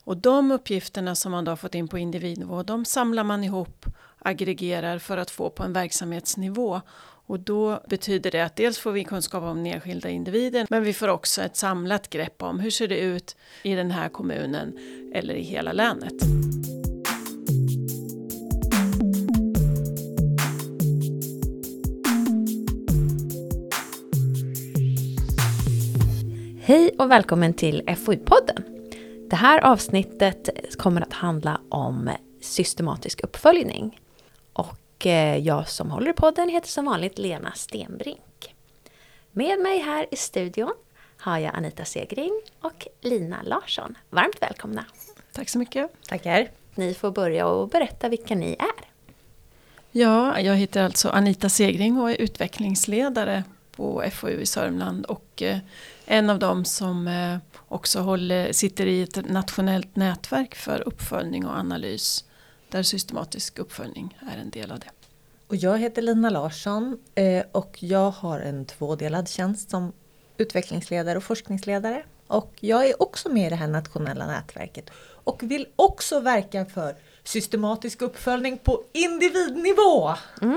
Och de uppgifterna som man då har fått in på individnivå, de samlar man ihop, aggregerar för att få på en verksamhetsnivå. Och då betyder det att dels får vi kunskap om den enskilda individen, men vi får också ett samlat grepp om hur ser det ut i den här kommunen eller i hela länet. Hej och välkommen till FoU-podden. Det här avsnittet kommer att handla om systematisk uppföljning. Och jag som håller i podden heter som vanligt Lena Stenbrink. Med mig här i studion har jag Anita Segring och Lina Larsson. Varmt välkomna. Tack så mycket. Tackar. Ni får börja och berätta vilka ni är. Ja, jag heter alltså Anita Segring och är utvecklingsledare på FoU i Sörmland och en av dem som också sitter i ett nationellt nätverk för uppföljning och analys där systematisk uppföljning är en del av det. Och jag heter Lina Larsson och jag har en tvådelad tjänst som utvecklingsledare och forskningsledare. Och jag är också med i det här nationella nätverket och vill också verka för systematisk uppföljning på individnivå.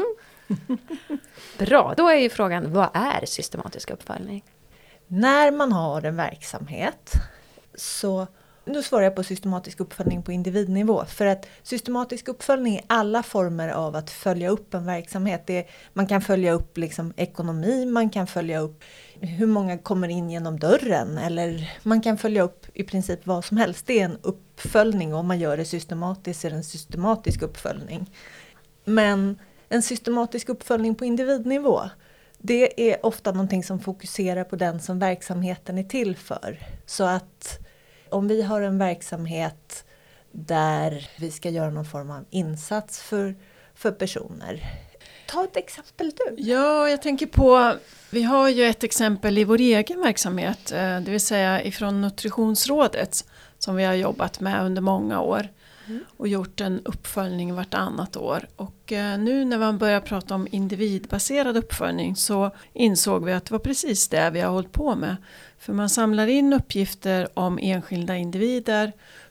Bra, då är ju frågan, vad är systematisk uppföljning? När man har en verksamhet så, nu svarar jag på systematisk uppföljning på individnivå. För att systematisk uppföljning är alla former av att följa upp en verksamhet. Man kan följa upp ekonomi, man kan följa upp hur många kommer in genom dörren. Eller man kan följa upp i princip vad som helst. Det är en uppföljning, och om man gör det systematiskt är det en systematisk uppföljning. Men en systematisk uppföljning på individnivå, det är ofta någonting som fokuserar på den som verksamheten är till för. Så att om vi har en verksamhet där vi ska göra någon form av insats för personer. Ta ett exempel du. Ja, jag tänker på, vi har ju ett exempel i vår egen verksamhet, det vill säga ifrån Nutritionsrådet som vi har jobbat med under många år. Och gjort en uppföljning vartannat år. Och nu när man börjar prata om individbaserad uppföljning så insåg vi att det var precis det vi har hållit på med. För man samlar in uppgifter om enskilda individer,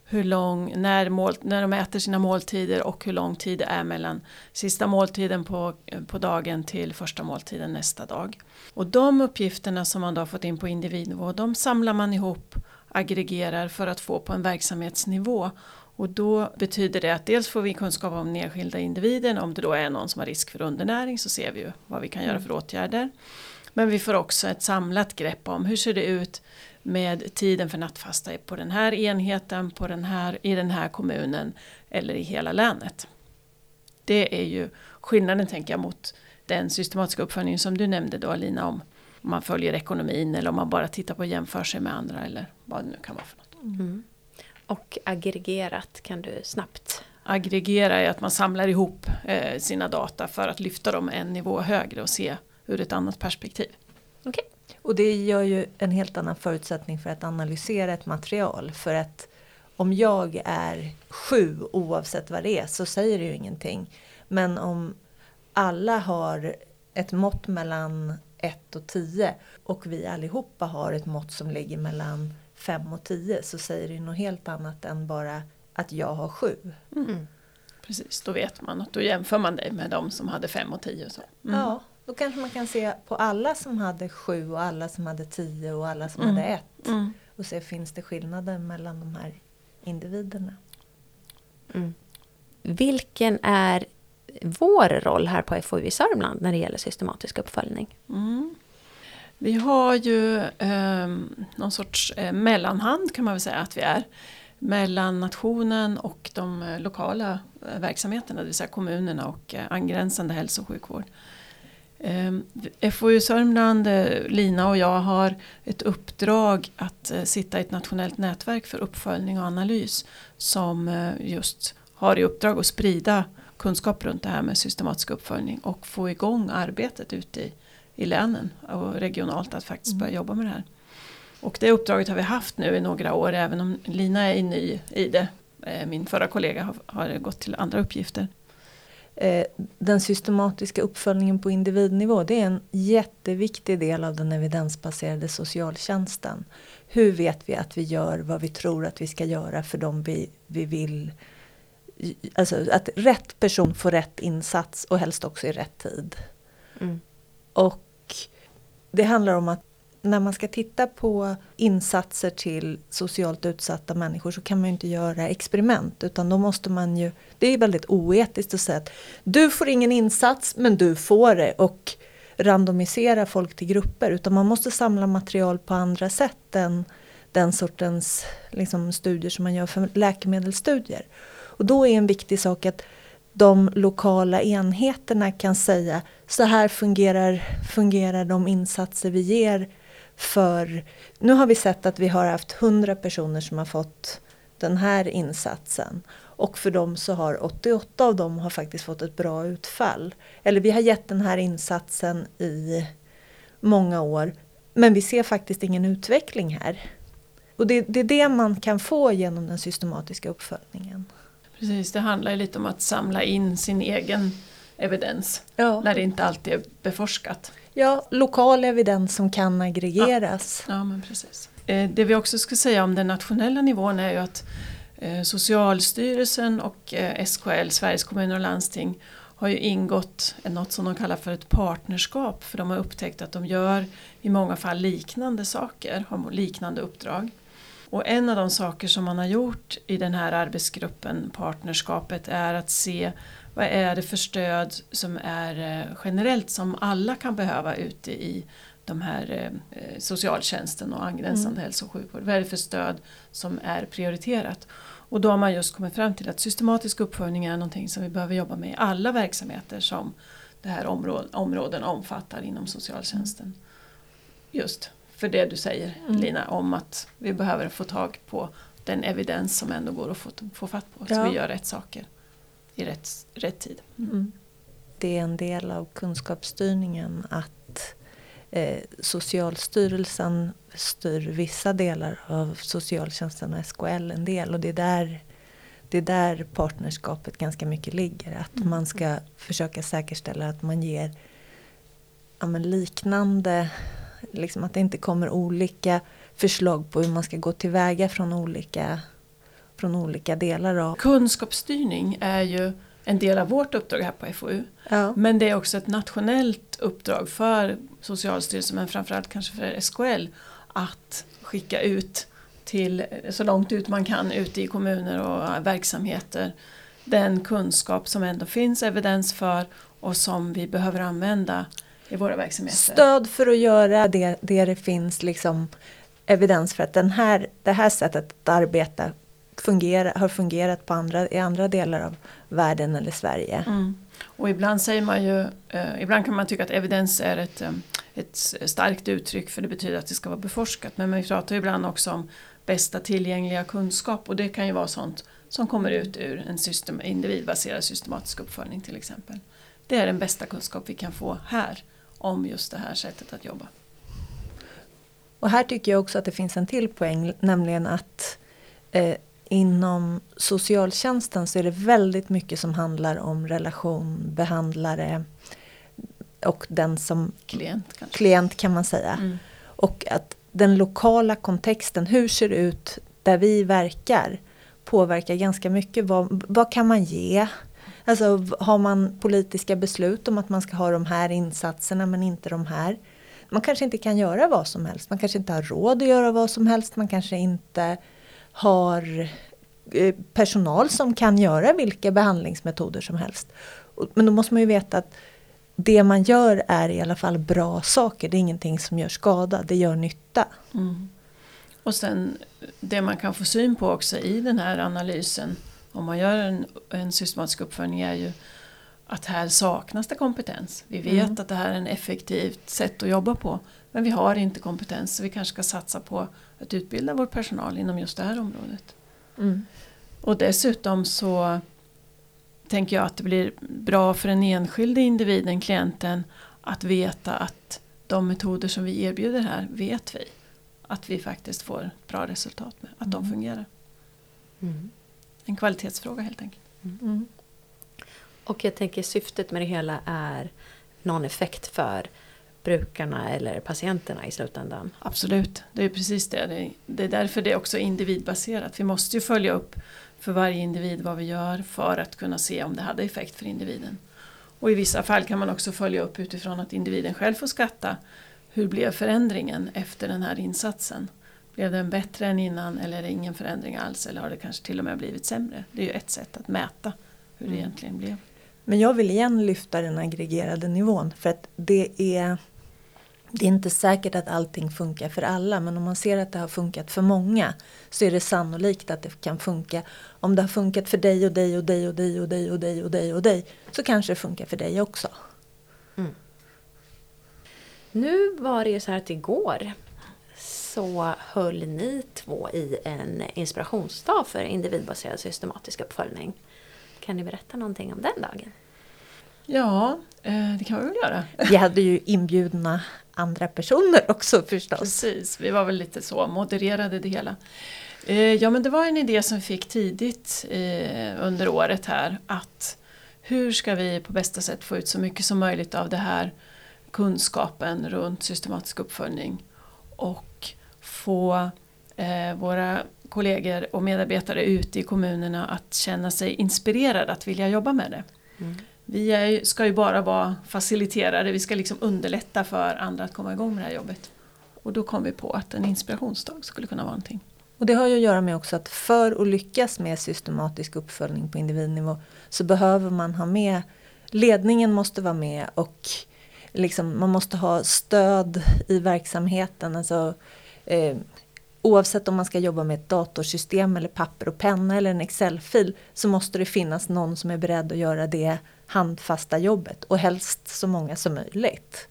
när de äter sina måltider och hur lång tid det är mellan sista måltiden på dagen till första måltiden nästa dag. Och de uppgifterna som man då har fått in på individnivå, de samlar man ihop, aggregerar för att få på en verksamhetsnivå. Och då betyder det att dels får vi kunskap om den enskilda individen. Om det då är någon som har risk för undernäring så ser vi ju vad vi kan göra för åtgärder. Men vi får också ett samlat grepp om hur ser det ut med tiden för nattfasta på den här enheten, i den här kommunen eller i hela länet. Det är ju skillnaden, tänker jag, mot den systematiska uppföljningen som du nämnde då, Lina, om man följer ekonomin eller om man bara tittar på jämförelse med andra eller vad det nu kan vara för något. Mm. Och aggregerat kan du snabbt? Aggregera är att man samlar ihop sina data för att lyfta dem en nivå högre och se ur ett annat perspektiv. Okej. Och det gör ju en helt annan förutsättning för att analysera ett material. För att om jag är 7 oavsett vad det är så säger det ju ingenting. Men om alla har ett mått mellan 1 och 10 och vi allihopa har ett mått som ligger mellan 5 och 10 så säger det något helt annat än bara att jag har 7. Mm. Precis, då vet man att då jämför man dig med de som hade 5 och 10 och så. Mm. Ja, då kanske man kan se på alla som hade 7 och alla som hade 10 och alla som hade 1. Och se, finns det skillnader mellan de här individerna. Vilken är vår roll här på FoU i Sörmland när det gäller systematisk uppföljning? Vi har ju någon sorts mellanhand, kan man väl säga att vi är, mellan nationen och de lokala verksamheterna, det vill säga kommunerna och angränsande hälso- och sjukvård. FoU Sörmland, Lina och jag har ett uppdrag att sitta i ett nationellt nätverk för uppföljning och analys som just har i uppdrag att sprida kunskap runt det här med systematisk uppföljning och få igång arbetet ute i länen och regionalt att faktiskt börja jobba med det här. Och det uppdraget har vi haft nu i några år, även om Lina är ny i det. Min förra kollega har gått till andra uppgifter. Den systematiska uppföljningen på individnivå, det är en jätteviktig del av den evidensbaserade socialtjänsten. hur vet vi att vi gör vad vi tror att vi ska göra för dem vi vill. Alltså att rätt person får rätt insats och helst också i rätt tid. Och det handlar om att när man ska titta på insatser till socialt utsatta människor så kan man ju inte göra experiment, utan då måste man ju, det är väldigt oetiskt att säga att du får ingen insats men du får det, och randomisera folk till grupper, utan man måste samla material på andra sätt än den sortens liksom, studier som man gör för läkemedelsstudier. Och då är en viktig sak att de lokala enheterna kan säga så här fungerar de insatser vi ger. För nu har vi sett att vi har haft 100 personer som har fått den här insatsen. Och för dem så har 88 av dem har faktiskt fått ett bra utfall. Eller vi har gett den här insatsen i många år. Men vi ser faktiskt ingen utveckling här. Och det är det man kan få genom den systematiska uppföljningen. Precis, det handlar ju lite om att samla in sin egen evidens. Ja. När det inte alltid är beforskat. Ja, lokal evidens som kan aggregeras. Ja, men precis. Det vi också ska säga om den nationella nivån är ju att Socialstyrelsen och SKL, Sveriges kommuner och landsting, har ju ingått något som de kallar för ett partnerskap. För de har upptäckt att de gör i många fall liknande saker, har liknande uppdrag. Och en av de saker som man har gjort i den här arbetsgruppen, partnerskapet, är att se vad är det för stöd som är generellt som alla kan behöva ute i de här socialtjänsten och angränsande hälso- och sjukvård. Vad är det för stöd som är prioriterat? Och då har man just kommit fram till att systematisk uppföljning är någonting som vi behöver jobba med i alla verksamheter som det här områden omfattar inom socialtjänsten. Just för det du säger, Lina, om att vi behöver få tag på den evidens som ändå går att få fatt på. Så vi gör rätt saker i rätt tid. Det är en del av kunskapsstyrningen att Socialstyrelsen styr vissa delar av socialtjänsten och SKL en del, och det är där partnerskapet ganska mycket ligger. Att man ska försöka säkerställa att man ger liknande, liksom att det inte kommer olika förslag på hur man ska gå tillväga från olika delar av. Kunskapsstyrning är ju en del av vårt uppdrag här på FoU. Ja. Men det är också ett nationellt uppdrag för Socialstyrelsen, men framförallt kanske för SKL, att skicka ut till så långt ut man kan ute i kommuner och verksamheter den kunskap som ändå finns evidens för och som vi behöver använda i våra verksamheter. Stöd för att göra det finns liksom evidens för att det här sättet att arbeta har fungerat i andra delar av världen eller Sverige. Och ibland säger man ju, ibland kan man tycka att evidens är ett starkt uttryck, för det betyder att det ska vara beforskat. Men vi pratar ju ibland också om bästa tillgängliga kunskap, och det kan ju vara sånt som kommer ut ur en individbaserad systematisk uppföljning till exempel. Det är den bästa kunskap vi kan få här om just det här sättet att jobba. Och här tycker jag också att det finns en till poäng, nämligen att inom socialtjänsten så är det väldigt mycket som handlar om relation, behandlare och den som klient kan man säga. Och att den lokala kontexten, hur ser det ut där vi verkar, påverkar ganska mycket. Vad kan man ge? Alltså har man politiska beslut om att man ska ha de här insatserna men inte de här. Man kanske inte kan göra vad som helst. Man kanske inte har råd att göra vad som helst. Man kanske inte har personal som kan göra vilka behandlingsmetoder som helst. Men då måste man ju veta att det man gör är i alla fall bra saker. Det är ingenting som gör skada, det gör nytta. Och sen det man kan få syn på också i den här analysen, om man gör en systematisk uppföljning, är ju att här saknas det kompetens. Vi vet att det här är en effektivt sätt att jobba på, men vi har inte kompetens, så vi kanske ska satsa på att utbilda vår personal inom just det här området. Och dessutom så tänker jag att det blir bra för den enskilde individen, klienten, att veta att de metoder som vi erbjuder här, vet vi att vi faktiskt får bra resultat med, att de fungerar. En kvalitetsfråga helt enkelt. Och jag tänker syftet med det hela är någon effekt för brukarna eller patienterna i slutändan. Absolut, det är precis det. Det är därför det är också individbaserat. Vi måste ju följa upp för varje individ vad vi gör för att kunna se om det hade effekt för individen. Och i vissa fall kan man också följa upp utifrån att individen själv får skatta. Hur blev förändringen efter den här insatsen? Blev den bättre än innan eller är det ingen förändring alls? Eller har det kanske till och med blivit sämre? Det är ju ett sätt att mäta hur det egentligen blev. Men jag vill igen lyfta den aggregerade nivån. För att det är inte säkert att allting funkar för alla. Men om man ser att det har funkat för många så är det sannolikt att det kan funka. Om det har funkat för dig och dig och dig och dig och dig och dig och dig och dig så kanske det funkar för dig också. Mm. Nu var det ju så här att igår så höll ni 2 i en inspirationsdag för individbaserad systematisk uppföljning. Kan ni berätta någonting om den dagen? Ja, det kan vi väl göra. Vi hade ju inbjudna andra personer också förstås. Precis, vi var väl lite så, modererade det hela. Ja, men det var en idé som vi fick tidigt under året här. Att hur ska vi på bästa sätt få ut så mycket som möjligt av det här kunskapen runt systematisk uppföljning. Och få våra kollegor och medarbetare ute i kommunerna att känna sig inspirerade att vilja jobba med det. Mm. Vi ska ju bara vara faciliterare, vi ska liksom underlätta för andra att komma igång med det här jobbet. Och då kom vi på att en inspirationsdag skulle kunna vara någonting. Och det har ju att göra med också att för att lyckas med systematisk uppföljning på individnivå så behöver man ha med, ledningen måste vara med och liksom, man måste ha stöd i verksamheten. Alltså, oavsett om man ska jobba med ett datorsystem eller papper och penna eller en Excel-fil så måste det finnas någon som är beredd att göra det handfasta jobbet och helst så många som möjligt.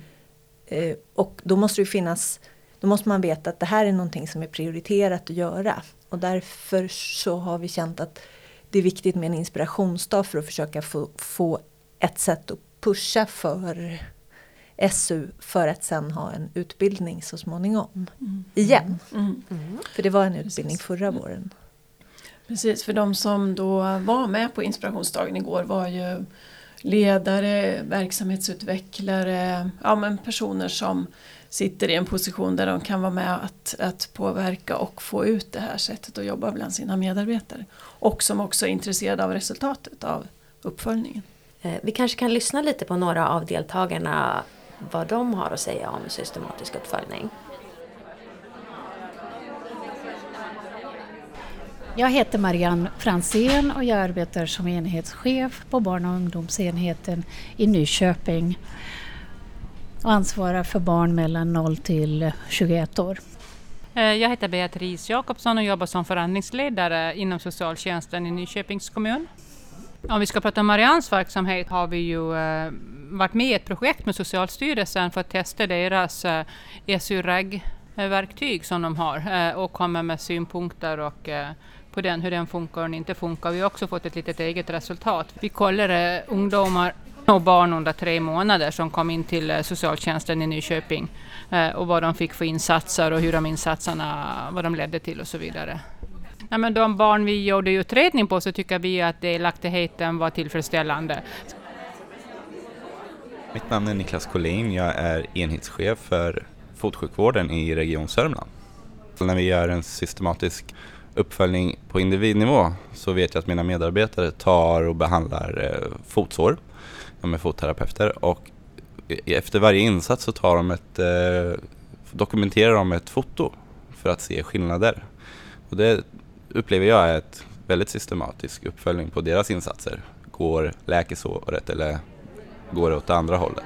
Och då måste det finnas, då måste man veta att det här är någonting som är prioriterat att göra. Och därför så har vi känt att det är viktigt med en inspirationsdag för att försöka få ett sätt att pusha för SU för att sen ha en utbildning så småningom igen. För det var en utbildning förra våren. Precis, för de som då var med på inspirationsdagen igår var ju ledare, verksamhetsutvecklare, ja, men personer som sitter i en position där de kan vara med att påverka och få ut det här sättet att jobba bland sina medarbetare. Och som också är intresserade av resultatet av uppföljningen. Vi kanske kan lyssna lite på några av deltagarna vad de har att säga om systematisk uppföljning. Jag heter Marianne Fransén och jag arbetar som enhetschef på barn- och ungdomsenheten i Nyköping och ansvarar för barn mellan 0 till 21 år. Jag heter Beatrice Jakobsson och jobbar som förändringsledare inom socialtjänsten i Nyköpings kommun. Om vi ska prata om Mariannes verksamhet har vi ju varit med i ett projekt med Socialstyrelsen för att testa deras SU-REG-verktyg som de har och komma med synpunkter och på hur den funkar och inte funkar. Vi har också fått ett litet eget resultat. Vi kollade ungdomar och barn under 3 månader som kom in till socialtjänsten i Nyköping och vad de fick för insatser och hur de insatserna, vad de ledde till och så vidare. Ja, men de barn vi gjorde utredning på så tycker vi att delaktigheten var tillfredsställande. Mitt namn är Niklas Collin, jag är enhetschef för fotsjukvården i Region Sörmland. När vi gör en systematisk uppföljning på individnivå så vet jag att mina medarbetare tar och behandlar fotsår. De är fotterapeuter och efter varje insats så tar de dokumenterar de ett foto för att se skillnader. Och det upplever jag är ett väldigt systematisk uppföljning på deras insatser. Går läkesåret eller går det åt andra hållet?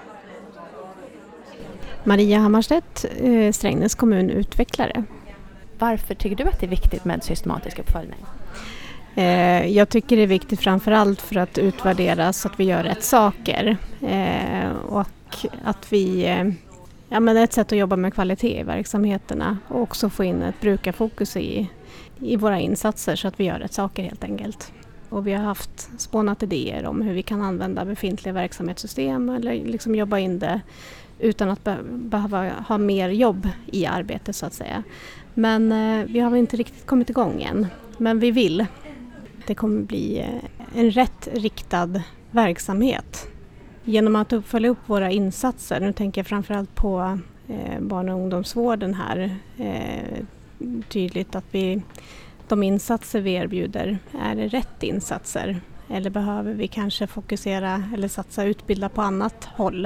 Maria Hammarstedt, Strängnäs kommunutvecklare. Varför tycker du att det är viktigt med systematisk uppföljning? Jag tycker det är viktigt framförallt för att utvärdera så att vi gör rätt saker. Och att vi, ett sätt att jobba med kvalitet i verksamheterna och också få in ett brukarfokus i våra insatser så att vi gör rätt saker helt enkelt. Och vi har spånat idéer om hur vi kan använda befintliga verksamhetssystem eller liksom jobba in det utan att behöva ha mer jobb i arbetet så att säga. Men vi har inte riktigt kommit igång än. Men vi vill. Det kommer bli en rätt riktad verksamhet genom att följa upp våra insatser, nu tänker jag framförallt på barn- och ungdomsvården här, tydligt att de insatser vi erbjuder är rätt insatser. Eller behöver vi kanske fokusera eller satsa utbilda på annat håll.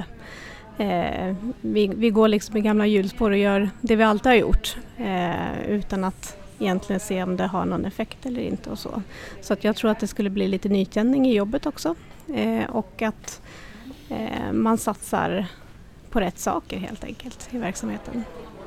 Vi går liksom i gamla hjulspår och gör det vi alltid har gjort utan att egentligen se om det har någon effekt eller inte och så. Så att jag tror att det skulle bli lite nytändning i jobbet också och att man satsar på rätt saker helt enkelt i verksamheten.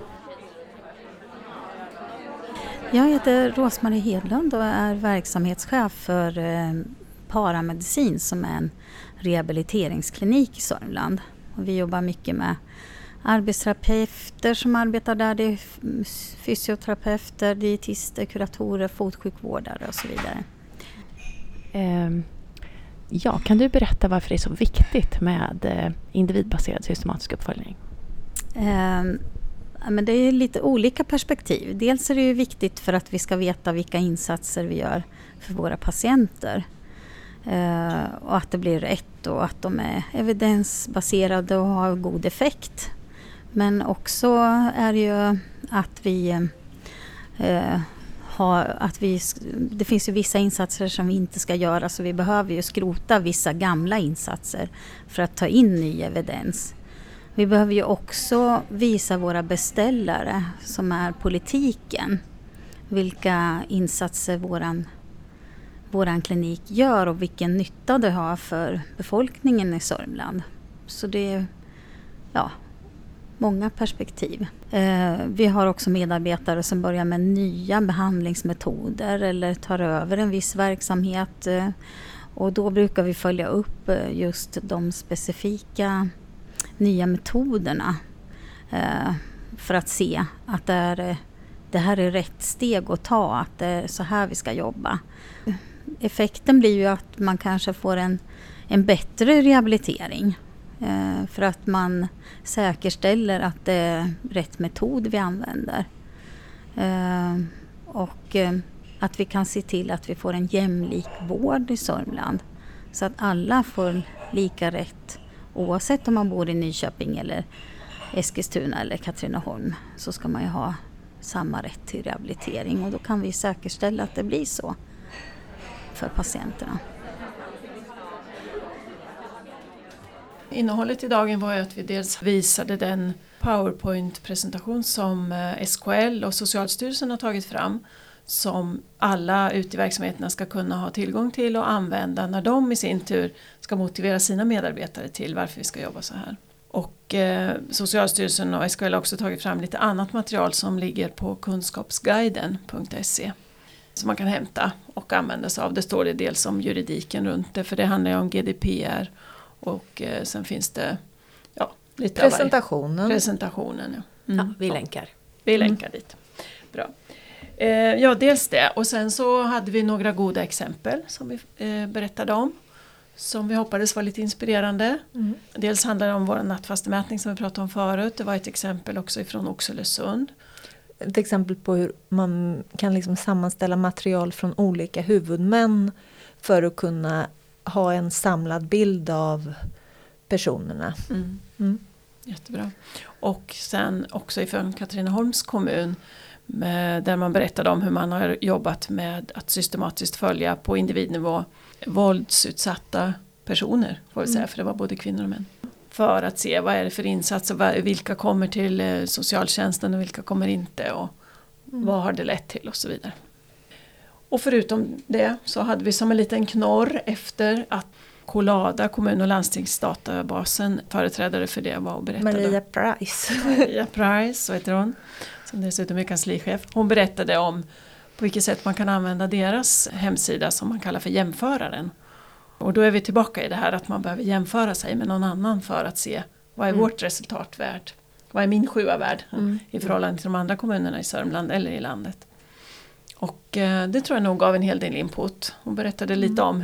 Jag heter Rosmarie Hedlund och är verksamhetschef för paramedicin som är en rehabiliteringsklinik i Sörmland. Och vi jobbar mycket med arbetsterapeuter som arbetar där, det är fysioterapeuter, dietister, kuratorer, fotsjukvårdare och så vidare. Ja, kan du berätta varför det är så viktigt med individbaserad systematisk uppföljning? Men det är lite olika perspektiv. Dels är det ju viktigt för att vi ska veta vilka insatser vi gör för våra patienter. Och att det blir rätt och att de är evidensbaserade och har god effekt. Men också är det ju att det finns ju vissa insatser som vi inte ska göra, så vi behöver ju skrota vissa gamla insatser för att ta in ny evidens. Vi behöver ju också visa våra beställare som är politiken vilka insatser våran klinik gör och vilken nytta det har för befolkningen i Sörmland. Så det är många perspektiv. Vi har också medarbetare som börjar med nya behandlingsmetoder eller tar över en viss verksamhet. Och då brukar vi följa upp just de specifika nya metoderna för att se att det här är rätt steg att ta, att det är så här vi ska jobba. Effekten blir ju att man kanske får en bättre rehabilitering för att man säkerställer att det är rätt metod vi använder. Och att vi kan se till att vi får en jämlik vård i Sörmland så att alla får lika rätt. Oavsett om man bor i Nyköping eller Eskilstuna eller Katrineholm så ska man ju ha samma rätt till rehabilitering, och då kan vi säkerställa att det blir så för patienterna. Innehållet i dagen var ju att vi dels visade den PowerPoint-presentation som SKL och Socialstyrelsen har tagit fram, som alla ute i verksamheterna ska kunna ha tillgång till och använda när de i sin tur ska motivera sina medarbetare till varför vi ska jobba så här. Och Socialstyrelsen och SKL har också tagit fram lite annat material som ligger på kunskapsguiden.se som man kan hämta och använda sig av. Det står det dels om juridiken runt det, för det handlar ju om GDPR, och sen finns det lite presentationen. Ja. Ja, vi länkar. Vi länkar dit. Bra. Dels det. Och sen så hade vi några goda exempel som vi berättade om. Som vi hoppades var lite inspirerande. Mm. Dels handlar det om vår nattfastemätning som vi pratade om förut. Det var ett exempel också ifrån Oxelösund. Ett exempel på hur man kan liksom sammanställa material från olika huvudmän för att kunna ha en samlad bild av personerna. Mm. Mm. Jättebra. Och sen också ifrån Katrineholms kommun där man berättade om hur man har jobbat med att systematiskt följa på individnivå våldsutsatta personer, får vi säga, för det var både kvinnor och män. För att se vad är det för insatser, vilka kommer till socialtjänsten och vilka kommer inte, och vad har det lett till och så vidare. Och förutom det så hade vi som en liten knorr efter att Collada, kommun- och landstingsdatabasen, företrädare för det var och berättade. Maria Price, så heter hon, som dessutom är kanslichef. Hon berättade om på vilket sätt man kan använda deras hemsida som man kallar för jämföraren. Och då är vi tillbaka i det här att man behöver jämföra sig med någon annan för att se vad är vårt resultat värd. Vad är min 7 värd i förhållande till de andra kommunerna i Sörmland eller i landet. Och det tror jag nog gav en hel del input. Hon berättade lite om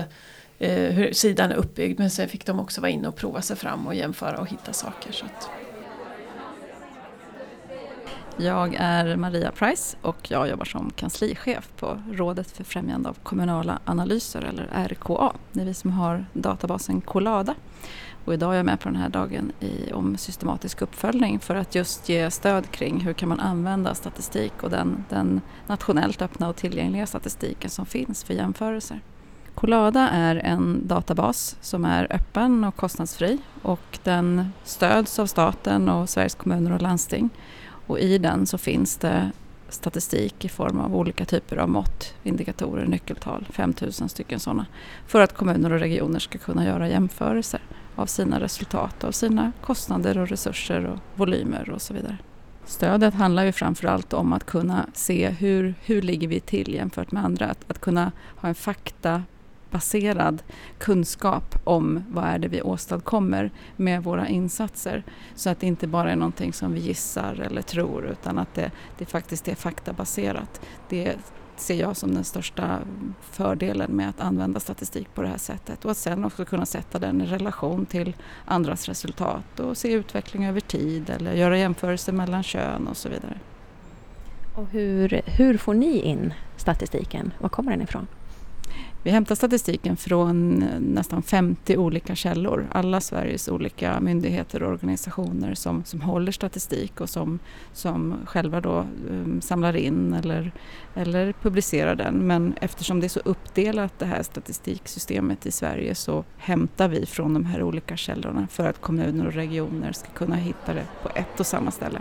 hur sidan är uppbyggd, men sen fick de också vara inne och prova sig fram och jämföra och hitta saker. Så att. Jag är Maria Price och jag jobbar som kanslichef på Rådet för främjande av kommunala analyser, eller RKA. Det är vi som har databasen Collada. Och idag är jag med på den här dagen om systematisk uppföljning för att just ge stöd kring hur kan man använda statistik och den nationellt öppna och tillgängliga statistiken som finns för jämförelser. Collada är en databas som är öppen och kostnadsfri och den stöds av staten och Sveriges kommuner och landsting. Och i den så finns det statistik i form av olika typer av mått, indikatorer, nyckeltal, 5000 stycken sådana, för att kommuner och regioner ska kunna göra jämförelser av sina resultat, av sina kostnader och resurser och volymer och så vidare. Stödet handlar ju framförallt om att kunna se hur ligger vi till jämfört med andra, att kunna ha en faktabaserad kunskap om vad är det vi åstadkommer med våra insatser. Så att det inte bara är någonting som vi gissar eller tror, utan att det faktiskt är faktabaserat. Det ser jag som den största fördelen med att använda statistik på det här sättet. Och att sen också kunna sätta den i relation till andras resultat och se utveckling över tid eller göra jämförelser mellan kön och så vidare. Och hur får ni in statistiken? Var kommer den ifrån? Vi hämtar statistiken från nästan 50 olika källor. Alla Sveriges olika myndigheter och organisationer som håller statistik och som själva då samlar in eller publicerar den. Men eftersom det är så uppdelat det här statistiksystemet i Sverige så hämtar vi från de här olika källorna för att kommuner och regioner ska kunna hitta det på ett och samma ställe.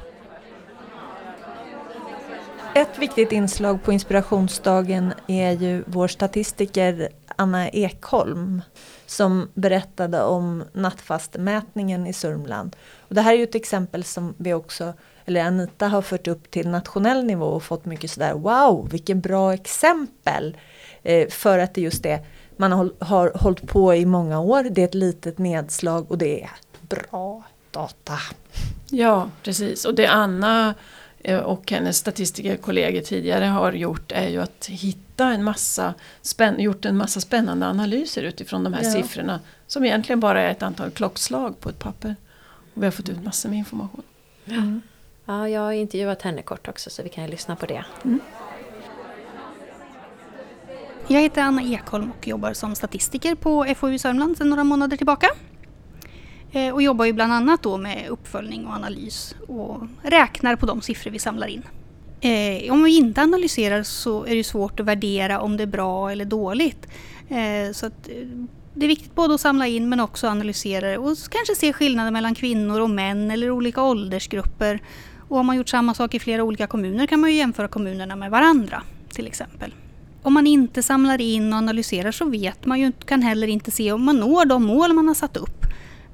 Ett viktigt inslag på inspirationsdagen är ju vår statistiker Anna Ekholm som berättade om nattfastmätningen i Sörmland. Och det här är ju ett exempel som vi också, eller Anita har fört upp till nationell nivå och fått mycket sådär wow, vilken bra exempel. För att det just det, man har hållit på i många år, det är ett litet nedslag och det är bra data. Ja, precis. Och det Anna och hennes statistikerkollegor tidigare har gjort är ju att hitta gjort en massa spännande analyser utifrån de här siffrorna som egentligen bara är ett antal klockslag på ett papper. Och vi har fått ut massor med information. Mm. Ja, jag har intervjuat henne kort också så vi kan lyssna på det. Mm. Jag heter Anna Ekholm och jobbar som statistiker på FoU Sörmland sedan några månader tillbaka. Och jobbar ju bland annat då med uppföljning och analys och räknar på de siffror vi samlar in. Om vi inte analyserar så är det svårt att värdera om det är bra eller dåligt. Så att det är viktigt både att samla in men också analysera det och kanske se skillnader mellan kvinnor och män eller olika åldersgrupper. Och om man gjort samma sak i flera olika kommuner kan man ju jämföra kommunerna med varandra till exempel. Om man inte samlar in och analyserar så vet man ju, kan heller inte se om man når de mål man har satt upp.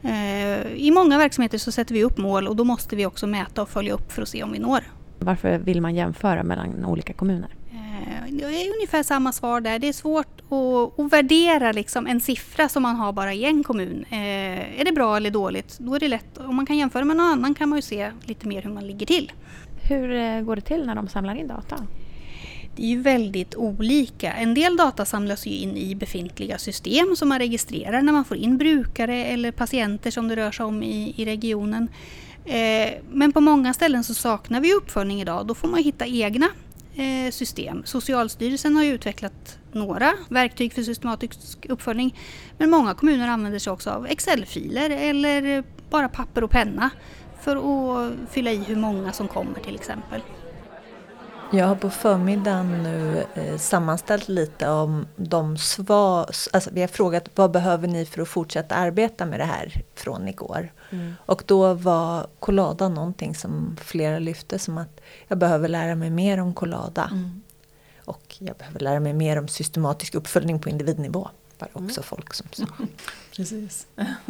I många verksamheter så sätter vi upp mål och då måste vi också mäta och följa upp för att se om vi når. Varför vill man jämföra mellan olika kommuner? Det är ungefär samma svar där. Det är svårt att värdera liksom en siffra som man har bara i en kommun. Är det bra eller dåligt? Då är det lätt. Om man kan jämföra med någon annan kan man ju se lite mer hur man ligger till. Hur går det till när de samlar in data? Det är ju väldigt olika. En del data samlas ju in i befintliga system som man registrerar när man får in brukare eller patienter som det rör sig om i regionen. Men på många ställen så saknar vi uppföljning idag. Då får man hitta egna system. Socialstyrelsen har ju utvecklat några verktyg för systematisk uppföljning. Men många kommuner använder sig också av Excel-filer eller bara papper och penna för att fylla i hur många som kommer till exempel. Jag har på förmiddagen nu sammanställt lite om de svar. Alltså vi har frågat vad behöver ni för att fortsätta arbeta med det här från igår. Mm. Och då var Collada någonting som flera lyfte som att jag behöver lära mig mer om Collada. Mm. Och jag behöver lära mig mer om systematisk uppföljning på individnivå. Var också folk som sa. Precis.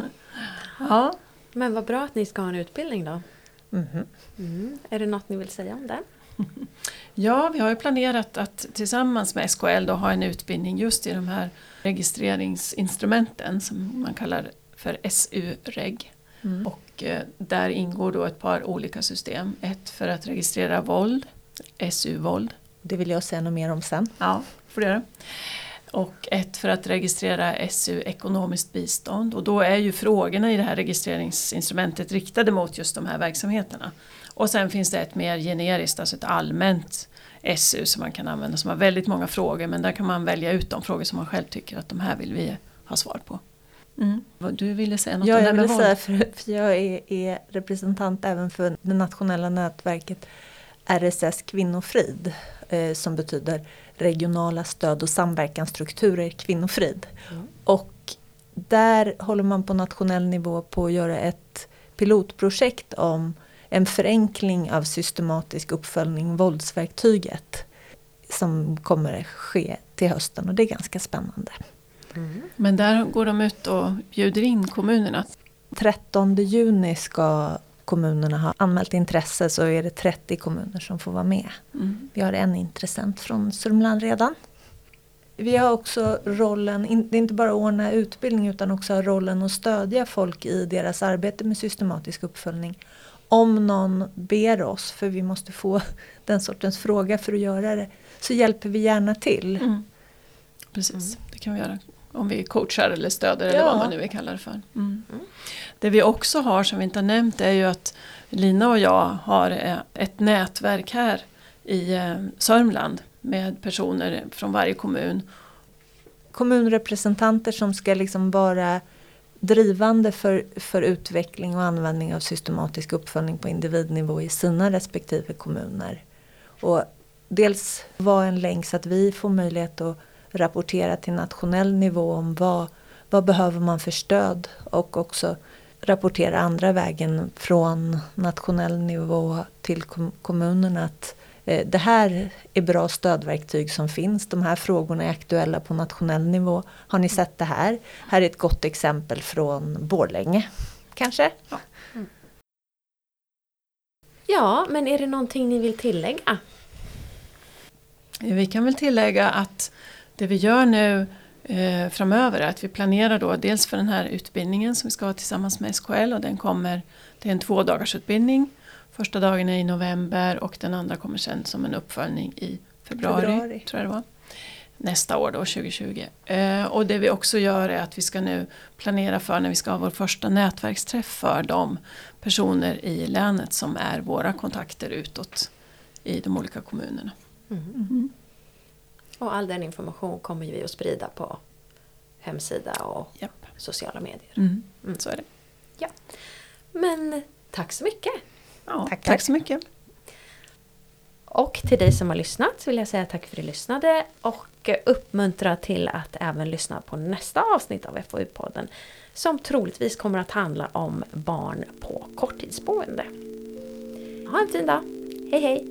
Ja. Men vad bra att ni ska ha en utbildning då. Mm-hmm. Mm. Är det något ni vill säga om det? Ja, vi har ju planerat att tillsammans med SKL då ha en utbildning just i de här registreringsinstrumenten som man kallar för SU-reg. Mm. Och där ingår då ett par olika system. Ett för att registrera våld, SU-våld. Det vill jag säga något mer om sen. Ja, får det. och ett för att registrera SU ekonomiskt bistånd. Och då är ju frågorna i det här registreringsinstrumentet riktade mot just de här verksamheterna. Och sen finns det ett mer generiskt, alltså ett allmänt SU som man kan använda som har väldigt många frågor, men där kan man välja ut de frågor som man själv tycker att de här vill vi ha svar på. Du ville säga något om det jag med ville våld? säga, för jag är representant även för det nationella nätverket RSS Kvinnofrid, som betyder regionala stöd- och samverkansstrukturer kvinnofrid. Och där håller man på nationell nivå på att göra ett pilotprojekt om en förenkling av systematisk uppföljning, våldsverktyget, som kommer ske till hösten, och det är ganska spännande. Men där går de ut och bjuder in kommunerna. 13 juni ska kommunerna ha anmält intresse, så är det 30 kommuner som får vara med. Vi har en intressent från Sörmland redan. Vi har också rollen, det är inte bara ordna utbildning utan också rollen att stödja folk i deras arbete med systematisk uppföljning. Om någon ber oss, för vi måste få den sortens fråga för att göra det, så hjälper vi gärna till. Precis, det kan vi göra. Om vi coachar eller stöder eller vad man nu vill kalla det för. Det vi också har som vi inte har nämnt är ju att Lina och jag har ett nätverk här i Sörmland med personer från varje kommun. Kommunrepresentanter som ska liksom vara drivande för utveckling och användning av systematisk uppföljning på individnivå i sina respektive kommuner. Och dels vara en länk så att vi får möjlighet att rapportera till nationell nivå om vad behöver man för stöd, och också rapportera andra vägen från nationell nivå till kommunerna att det här är bra stödverktyg som finns. De här frågorna är aktuella på nationell nivå. Har ni sett det här? Här är ett gott exempel från Borlänge, kanske? Ja, men är det någonting ni vill tillägga? Vi kan väl tillägga att det vi gör nu framöver är att vi planerar då dels för den här utbildningen som vi ska ha tillsammans med SKL, och det är en 2-dagarsutbildning. Första dagen är i november och den andra kommer sen som en uppföljning i februari. Tror jag det var. Nästa år då, 2020. Och det vi också gör är att vi ska nu planera för när vi ska ha vår första nätverksträff för de personer i länet som är våra kontakter utåt i de olika kommunerna. Och all den information kommer vi att sprida på hemsida och sociala medier. Så är det. Ja. Men tack så mycket. Ja, tack så mycket. Och till dig som har lyssnat vill jag säga tack för att du lyssnade, och uppmuntra till att även lyssna på nästa avsnitt av FoU-podden som troligtvis kommer att handla om barn på korttidsboende. Ha en fin dag. Hej hej!